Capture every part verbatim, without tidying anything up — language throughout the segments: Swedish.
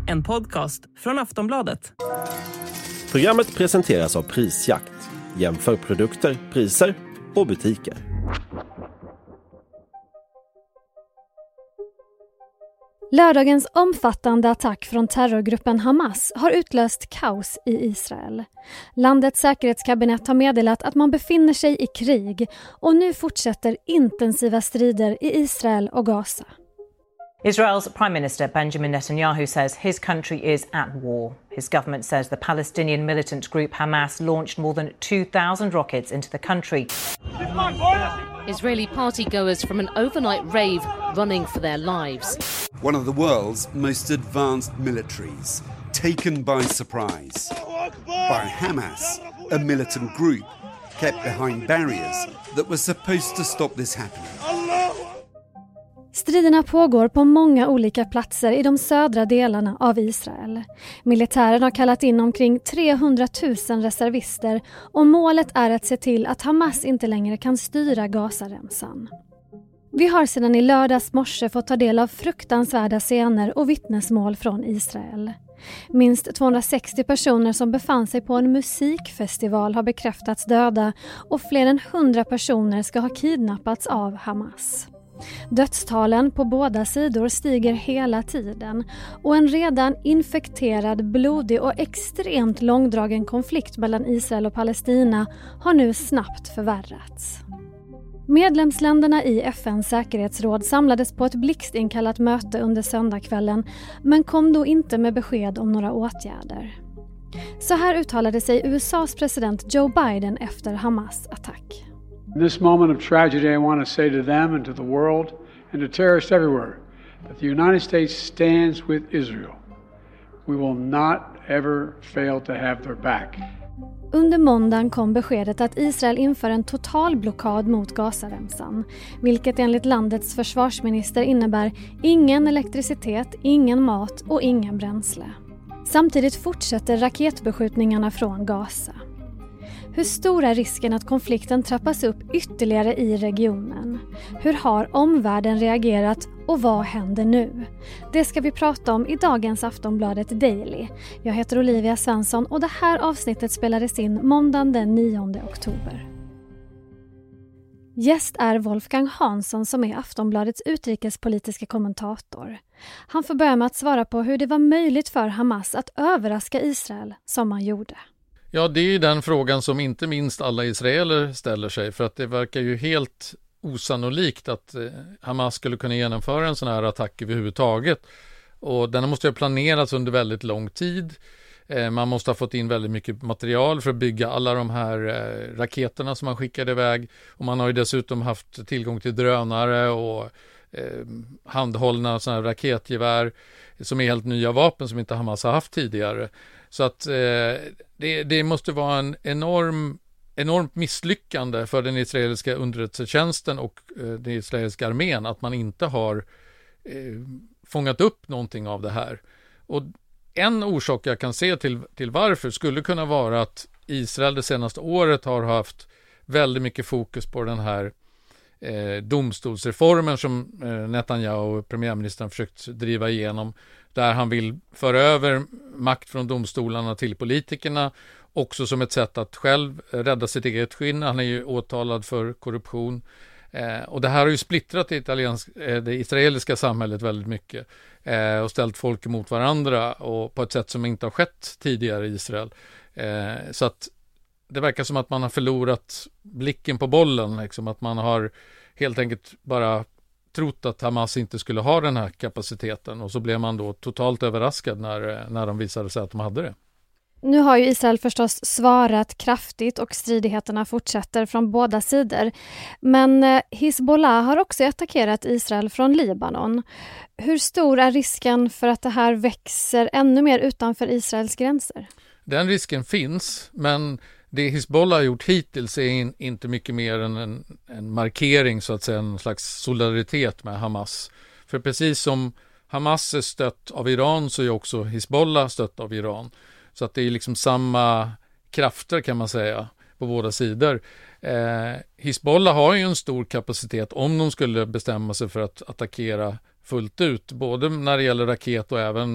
En podcast från Aftonbladet. Programmet presenteras av Prisjakt. Jämför produkter, priser och butiker. Lördagens omfattande attack från terrorgruppen Hamas har utlöst kaos i Israel. Landets säkerhetskabinett har meddelat att man befinner sig i krig och nu fortsätter intensiva strider i Israel och Gaza. Israel's Prime Minister Benjamin Netanyahu says his country is at war. His government says the Palestinian militant group Hamas launched more than two thousand rockets into the country. Israeli party-goers from an overnight rave running for their lives. One of the world's most advanced militaries, taken by surprise by Hamas, a militant group kept behind barriers that were supposed to stop this happening. Striderna pågår på många olika platser i de södra delarna av Israel. Militären har kallat in omkring trehundratusen reservister och målet är att se till att Hamas inte längre kan styra Gazaremsan. Vi har sedan i lördags morse fått ta del av fruktansvärda scener och vittnesmål från Israel. Minst tvåhundrasextio personer som befann sig på en musikfestival har bekräftats döda och fler än hundra personer ska ha kidnappats av Hamas. Dödstalen på båda sidor stiger hela tiden och en redan infekterad, blodig och extremt långdragen konflikt mellan Israel och Palestina har nu snabbt förvärrats. Medlemsländerna i F N:s säkerhetsråd samlades på ett blixtinkallat möte under söndagskvällen men kom då inte med besked om några åtgärder. Så här uttalade sig U S A:s president Joe Biden efter Hamas attack. In this moment of tragedy, I want to say to them and to the world and to terrorists everywhere that the United States stands with Israel. We will not ever fail to have their back. Under måndagen kom beskedet att Israel inför en total blockad mot Gazaremsan, vilket enligt landets försvarsminister innebär ingen elektricitet, ingen mat och ingen bränsle. Samtidigt fortsätter raketbeskjutningarna från Gaza. Hur stor är risken att konflikten trappas upp ytterligare i regionen? Hur har omvärlden reagerat och vad händer nu? Det ska vi prata om i dagens Aftonbladet Daily. Jag heter Olivia Svensson och det här avsnittet spelades in måndagen den nionde oktober. Gäst är Wolfgang Hansson som är Aftonbladets utrikespolitiska kommentator. Han får börja med att svara på hur det var möjligt för Hamas att överraska Israel som man gjorde. Ja, det är ju den frågan som inte minst alla israeler ställer sig, för att det verkar ju helt osannolikt att Hamas skulle kunna genomföra en sån här attack överhuvudtaget. Och den måste ha planerats under väldigt lång tid. Man måste ha fått in väldigt mycket material för att bygga alla de här raketerna som man skickade iväg. Och man har ju dessutom haft tillgång till drönare och eh, handhållna såna här raketgevär som är helt nya vapen som inte Hamas har haft tidigare. Så att eh, det, det måste vara en enorm, enormt misslyckande för den israeliska underrättelsetjänsten och eh, den israeliska armén att man inte har eh, fångat upp någonting av det här. Och en orsak jag kan se till, till varför skulle kunna vara att Israel det senaste året har haft väldigt mycket fokus på den här eh, domstolsreformen som eh, Netanyahu, premiärministern, försökt driva igenom, där han vill föra över makt från domstolarna till politikerna, också som ett sätt att själv rädda sitt eget skinn. Han är ju åtalad för korruption. Eh, och det här har ju splittrat det, italiensk, eh, det israeliska samhället väldigt mycket eh, och ställt folk emot varandra och på ett sätt som inte har skett tidigare i Israel. Eh, så att det verkar som att man har förlorat blicken på bollen, liksom, att man har helt enkelt bara trott att Hamas inte skulle ha den här kapaciteten, och så blev man då totalt överraskad när, när de visade sig att de hade det. Nu har ju Israel förstås svarat kraftigt och stridigheterna fortsätter från båda sidor. Men Hizbollah har också attackerat Israel från Libanon. Hur stor är risken för att det här växer ännu mer utanför Israels gränser? Den risken finns, men det Hizbollah har gjort hittills är in, inte mycket mer än en, en markering, så att säga, en slags solidaritet med Hamas. För precis som Hamas är stött av Iran så är också Hizbollah stött av Iran. Så att det är liksom samma krafter, kan man säga, på båda sidor. Eh, Hizbollah har ju en stor kapacitet om de skulle bestämma sig för att attackera fullt ut, både när det gäller raket och även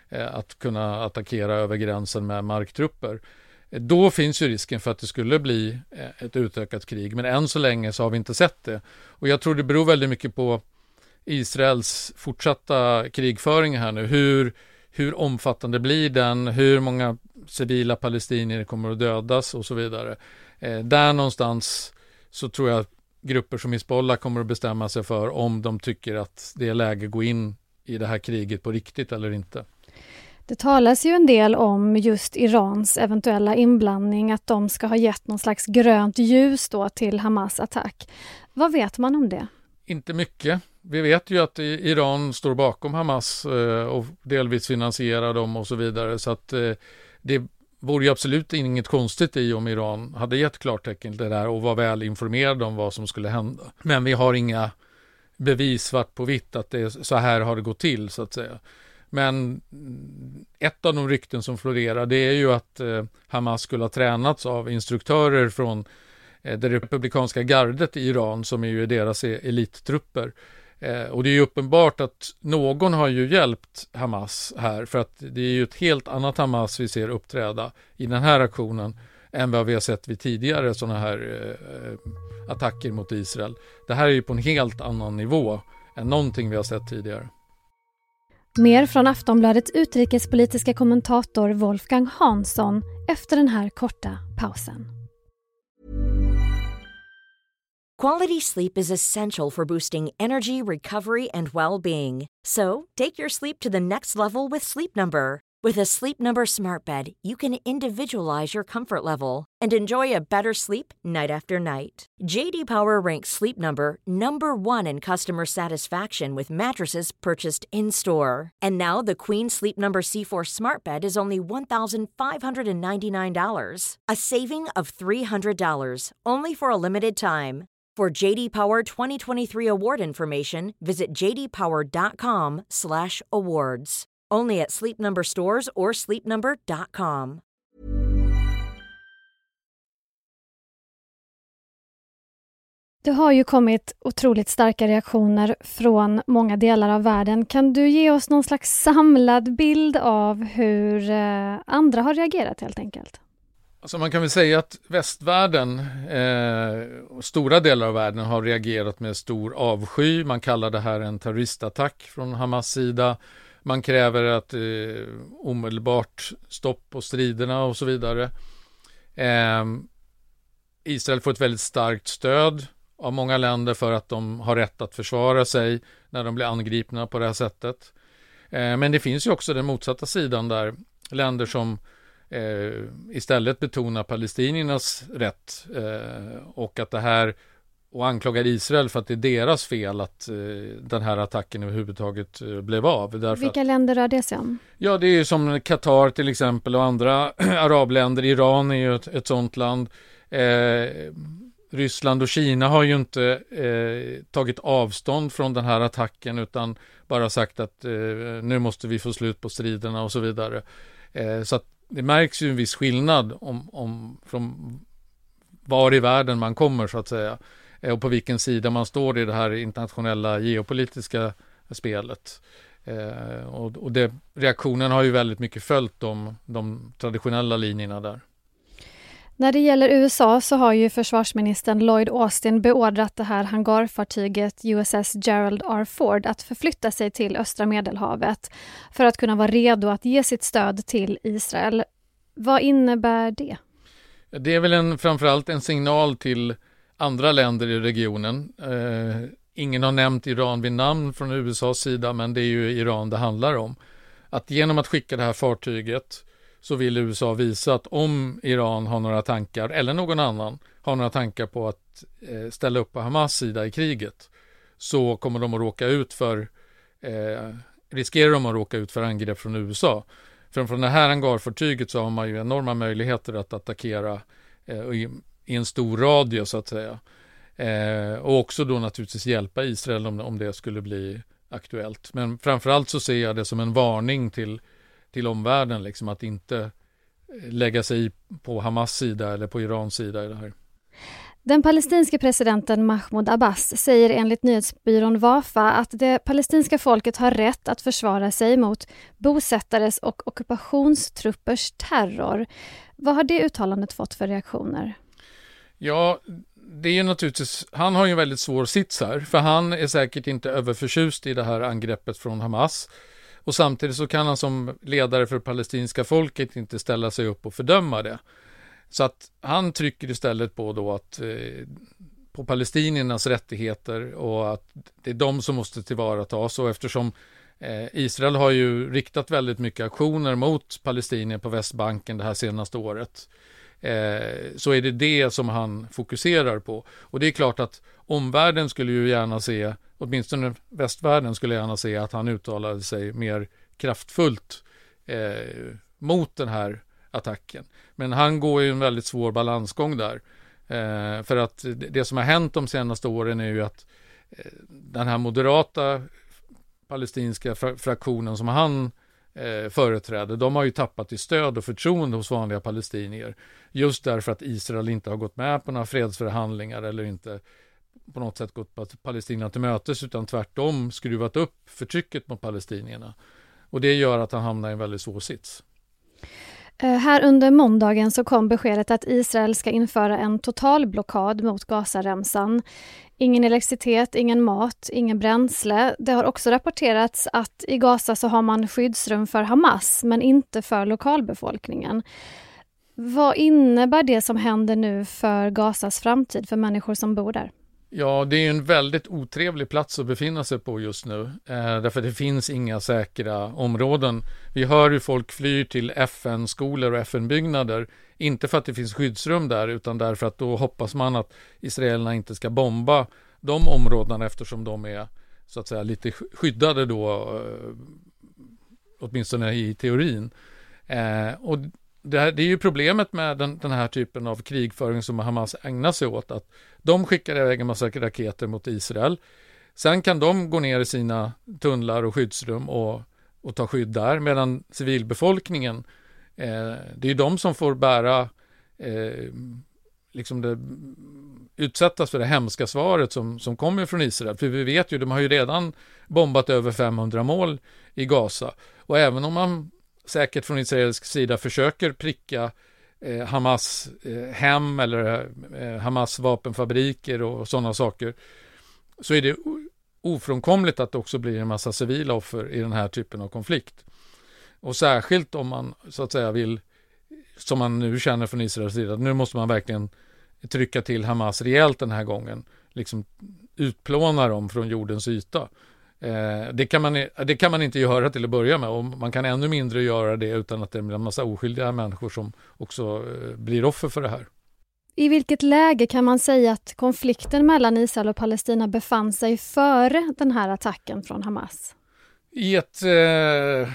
eh, att kunna attackera över gränsen med marktrupper. Då finns ju risken för att det skulle bli ett utökat krig, men än så länge så har vi inte sett det. Och jag tror det beror väldigt mycket på Israels fortsatta krigföring här nu. Hur, hur omfattande blir den? Hur många civila palestinier kommer att dödas och så vidare. Eh, där någonstans så tror jag att grupper som Hizbollah kommer att bestämma sig för om de tycker att det är läge att gå in i det här kriget på riktigt eller inte. Det talas ju en del om just Irans eventuella inblandning, att de ska ha gett någon slags grönt ljus då till Hamas attack. Vad vet man om det? Inte mycket. Vi vet ju att Iran står bakom Hamas och delvis finansierar dem och så vidare, så att det vore ju absolut inget konstigt i om Iran hade gett klartecken till det där och var väl informerad om vad som skulle hända. Men vi har inga bevis svart på vitt att det är så här har det gått till, så att säga. Men ett av de rykten som florerar, det är ju att eh, Hamas skulle ha tränats av instruktörer från eh, det republikanska gardet i Iran, som är ju deras elittrupper. Eh, och det är ju uppenbart att någon har ju hjälpt Hamas här, för att det är ju ett helt annat Hamas vi ser uppträda i den här aktionen än vad vi har sett vid tidigare sådana här eh, attacker mot Israel. Det här är ju på en helt annan nivå än någonting vi har sett tidigare. Mer från Aftonbladets utrikespolitiska kommentator Wolfgang Hansson efter den här korta pausen. Quality sleep is essential for boosting energy, recovery, and well-being. So, take your sleep to the next level with Sleep Number. With a Sleep Number smart bed, you can individualize your comfort level and enjoy a better sleep night after night. J D Power ranks Sleep Number number one in customer satisfaction with mattresses purchased in-store. And now the Queen Sleep Number C four smart bed is only one thousand five hundred ninety-nine dollars. A saving of three hundred dollars, only for a limited time. For J D Power twenty twenty-three award information, visit j d power dot com slash awards. Only at Sleep Number stores or sleep number dot com. Det har ju kommit otroligt starka reaktioner från många delar av världen. Kan du ge oss någon slags samlad bild av hur andra har reagerat helt enkelt? Alltså man kan väl säga att västvärlden, eh, stora delar av världen har reagerat med stor avsky. Man kallar det här en terroristattack från Hamas sida. Man kräver att eh, omedelbart stopp på striderna och så vidare. Eh, Israel får ett väldigt starkt stöd av många länder för att de har rätt att försvara sig när de blir angripna på det här sättet. Eh, men det finns ju också den motsatta sidan där länder som eh, istället betonar palestiniernas rätt eh, och att det här och anklagar Israel för att det är deras fel att eh, den här attacken överhuvudtaget eh, blev av. Därför Vilka att, länder rör det sig om? Ja, det är ju som Qatar till exempel och andra arabländer. Iran är ju ett, ett sånt land. Eh, Ryssland och Kina har ju inte eh, tagit avstånd från den här attacken utan bara sagt att eh, nu måste vi få slut på striderna och så vidare. Eh, så att det märks ju en viss skillnad om, om, från var i världen man kommer så att säga. Och på vilken sida man står i det här internationella geopolitiska spelet. Eh, och och det, reaktionen har ju väldigt mycket följt de, de traditionella linjerna där. När det gäller U S A så har ju försvarsministern Lloyd Austin beordrat det här hangarfartyget U S S Gerald R. Ford att förflytta sig till östra Medelhavet för att kunna vara redo att ge sitt stöd till Israel. Vad innebär det? Det är väl en, framförallt en signal till andra länder i regionen. Eh, ingen har nämnt Iran vid namn från U S A:s sida, men det är ju Iran det handlar om. Att genom att skicka det här fartyget så vill U S A visa att om Iran har några tankar, eller någon annan har några tankar på att eh, ställa upp på Hamas sida i kriget, så kommer de att råka ut för eh, riskerar de att råka ut för angrepp från U S A. För från det här hangarfartyget så har man ju enorma möjligheter att attackera eh, i, i en stor radie så att säga. Eh, och också då naturligtvis hjälpa Israel om, om det skulle bli aktuellt. Men framförallt så ser jag det som en varning till, till omvärlden liksom, att inte lägga sig på Hamas sida eller på Irans sida i det här. Den palestinske presidenten Mahmoud Abbas säger enligt nyhetsbyrån Wafa att det palestinska folket har rätt att försvara sig mot bosättares och ockupationstruppers terror. Vad har det uttalandet fått för reaktioner? Ja, det är ju naturligtvis, han har ju en väldigt svår sits här, för han är säkert inte överförtjust i det här angreppet från Hamas. Och samtidigt så kan han som ledare för det palestinska folket inte ställa sig upp och fördöma det. Så att han trycker istället på då att eh, på palestiniernas rättigheter och att det är de som måste tillvaratas. Och eftersom eh, Israel har ju riktat väldigt mycket aktioner mot palestinier på Västbanken det här senaste året, eh, så är det det som han fokuserar på. Och det är klart att omvärlden skulle ju gärna se, åtminstone västvärlden skulle gärna se att han uttalade sig mer kraftfullt eh, mot den här attacken. Men han går ju en väldigt svår balansgång där. Eh, för att det som har hänt de senaste åren är ju att eh, den här moderata palestinska fra- fraktionen som han eh, företräder, de har ju tappat i stöd och förtroende hos vanliga palestinier. Just därför att Israel inte har gått med på några fredsförhandlingar eller inte på något sätt gått på Palestina till mötes, utan tvärtom skruvat upp förtrycket mot palestinierna. Och det gör att han hamnar i en väldigt svår sits. Här under måndagen så kom beskedet att Israel ska införa en totalblockad mot Gazaremsan. Ingen elektricitet, ingen mat, ingen bränsle. Det har också rapporterats att i Gaza så har man skyddsrum för Hamas men inte för lokalbefolkningen. Vad innebär det som händer nu för Gazas framtid för människor som bor där? Ja, det är en väldigt otrevlig plats att befinna sig på just nu. Eh, därför det finns inga säkra områden. Vi hör hur folk flyr till F N-skolor och F N-byggnader. Inte för att det finns skyddsrum där, utan därför att då hoppas man att israelerna inte ska bomba de områdena, eftersom de är så att säga lite skyddade då, eh, åtminstone i teorin. Eh, och Det, här, det är ju problemet med den, den här typen av krigföring som Hamas ägnar sig åt, att de skickar iväg en massa raketer mot Israel. Sen kan de gå ner i sina tunnlar och skyddsrum och, och ta skydd där, medan civilbefolkningen, eh, det är ju de som får bära, eh, liksom det, utsättas för det hemska svaret som, som kommer från Israel. För vi vet ju, de har ju redan bombat över femhundra mål i Gaza. Och även om man säkert från israelisk sida försöker pricka eh, Hamas eh, hem eller eh, Hamas vapenfabriker och sådana saker, så är det ofrånkomligt att det också blir en massa civila offer i den här typen av konflikt. Och särskilt om man så att säga vill, som man nu känner från Israels sida, nu måste man verkligen trycka till Hamas rejält den här gången, liksom utplåna dem från jordens yta. Eh, det, kan man, det kan man inte göra till att börja med, och man kan ännu mindre göra det utan att det blir en massa oskyldiga människor som också eh, blir offer för det här. I vilket läge kan man säga att konflikten mellan Israel och Palestina befann sig före den här attacken från Hamas? I ett eh,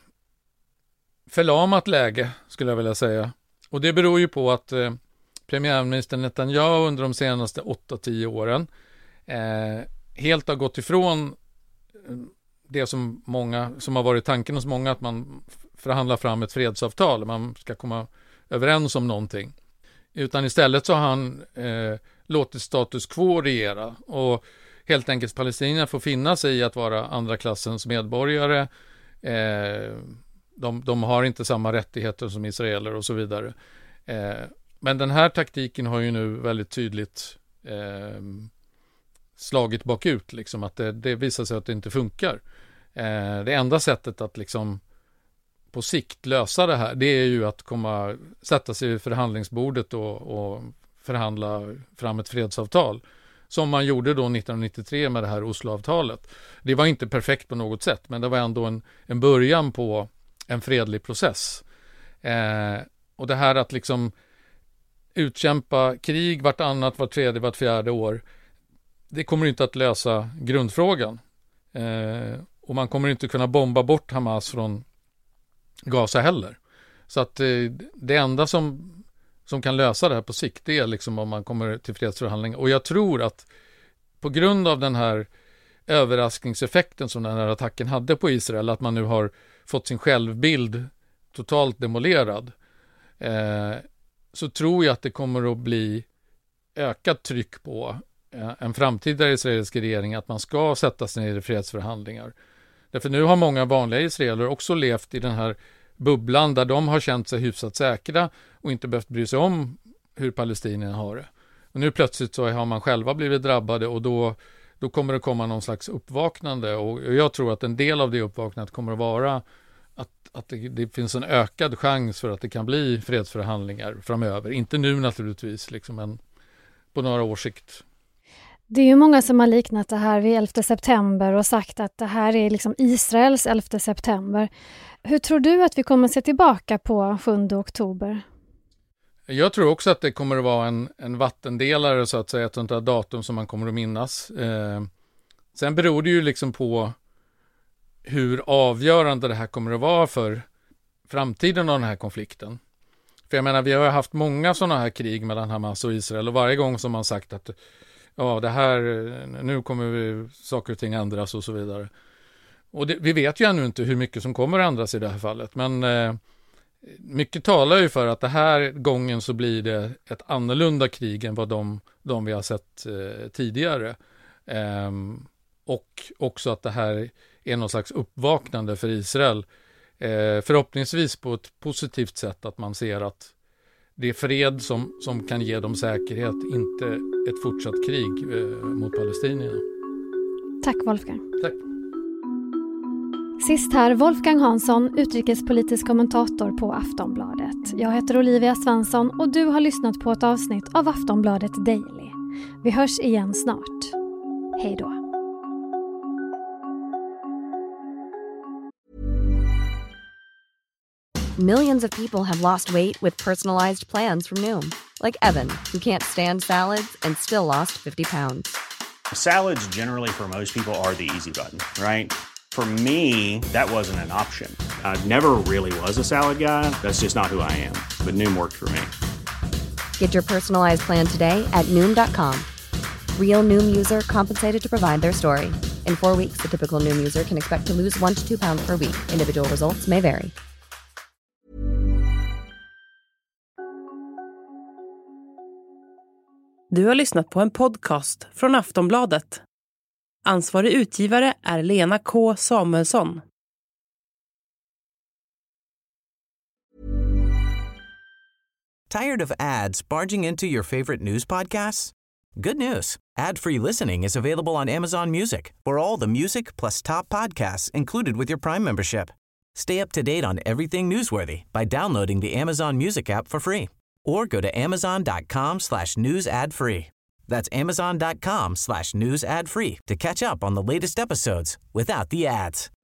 förlamat läge skulle jag vilja säga. Och det beror ju på att eh, premiärminister Netanyahu under de senaste åtta till tio åren eh, helt har gått ifrån det som många, som har varit tanken hos många, att man förhandlar fram ett fredsavtal, man ska komma överens om någonting. Utan istället så har han eh, låtit status quo regera, och helt enkelt palestinierna får finna sig i att vara andra klassens medborgare. Eh, de, de har inte samma rättigheter som israeler och så vidare. Eh, men den här taktiken har ju nu väldigt tydligt eh, slagit bakut, liksom, att det, det visar sig att det inte funkar. Eh, det enda sättet att liksom på sikt lösa det här, det är ju att komma, sätta sig vid förhandlingsbordet och, och förhandla fram ett fredsavtal, som man gjorde då nittonhundranittiotre med det här Osloavtalet. Det var inte perfekt på något sätt, men det var ändå en, en början på en fredlig process. Eh, och det här att liksom utkämpa krig vartannat, vart tredje, vart fjärde år, det kommer inte att lösa grundfrågan. Eh, och man kommer inte kunna bomba bort Hamas från Gaza heller. Så att eh, det enda som, som kan lösa det här på sikt, det är liksom om man kommer till fredsförhandlingar. Och jag tror att på grund av den här överraskningseffekten som den här attacken hade på Israel, att man nu har fått sin självbild totalt demolerad, eh, så tror jag att det kommer att bli ökat tryck på en framtida israelisk regering att man ska sätta sig ner i fredsförhandlingar. Därför nu har många vanliga israeler också levt i den här bubblan där de har känt sig hyfsat säkra och inte behövt bry sig om hur palestinierna har det. Och nu plötsligt så har man själva blivit drabbade och då, då kommer det komma någon slags uppvaknande, och jag tror att en del av det uppvaknandet kommer att vara att, att det, det finns en ökad chans för att det kan bli fredsförhandlingar framöver. Inte nu naturligtvis, liksom, men på några års sikt. Det är ju många som har liknat det här vid elfte september och sagt att det här är liksom Israels elfte september. Hur tror du att vi kommer se tillbaka på sjunde oktober? Jag tror också att det kommer att vara en, en vattendelare, så att säga, ett sånt där datum som man kommer att minnas. Eh, sen beror det ju liksom på hur avgörande det här kommer att vara för framtiden av den här konflikten. För jag menar, vi har haft många sådana här krig mellan Hamas och Israel, och varje gång som man sagt att ja, det här, nu kommer vi, saker och ting ändras och så vidare. Och det, vi vet ju ännu inte hur mycket som kommer att ändras i det här fallet, men eh, mycket talar ju för att det här gången så blir det ett annorlunda krig än vad de, de vi har sett eh, tidigare. Eh, och också att det här är någon slags uppvaknande för Israel. Eh, förhoppningsvis på ett positivt sätt, att man ser att det är fred som, som kan ge dem säkerhet, inte ett fortsatt krig eh, mot palestinierna. Tack Wolfgang. Tack. Sist här Wolfgang Hansson, utrikespolitisk kommentator på Aftonbladet. Jag heter Olivia Svensson och du har lyssnat på ett avsnitt av Aftonbladet Daily. Vi hörs igen snart. Hej då. Millions of people have lost weight with personalized plans from Noom. Like Evan, who can't stand salads and still lost fifty pounds. Salads generally for most people are the easy button, right? For me, that wasn't an option. I never really was a salad guy. That's just not who I am. But Noom worked for me. Get your personalized plan today at Noom dot com. Real Noom user compensated to provide their story. In four weeks, the typical Noom user can expect to lose one to two pounds per week. Individual results may vary. Du har lyssnat på en podcast från Aftonbladet. Ansvarig utgivare är Lena K. Samuelsson. Tired of ads barging into your favorite news podcasts? Good news. Ad-free listening is available on Amazon Music for all the music plus top podcasts included with your Prime membership. Stay up to date on everything newsworthy by downloading the Amazon Music app for free or go to amazon.com slash news ad free. That's amazon.com slash news ad free to catch up on the latest episodes without the ads.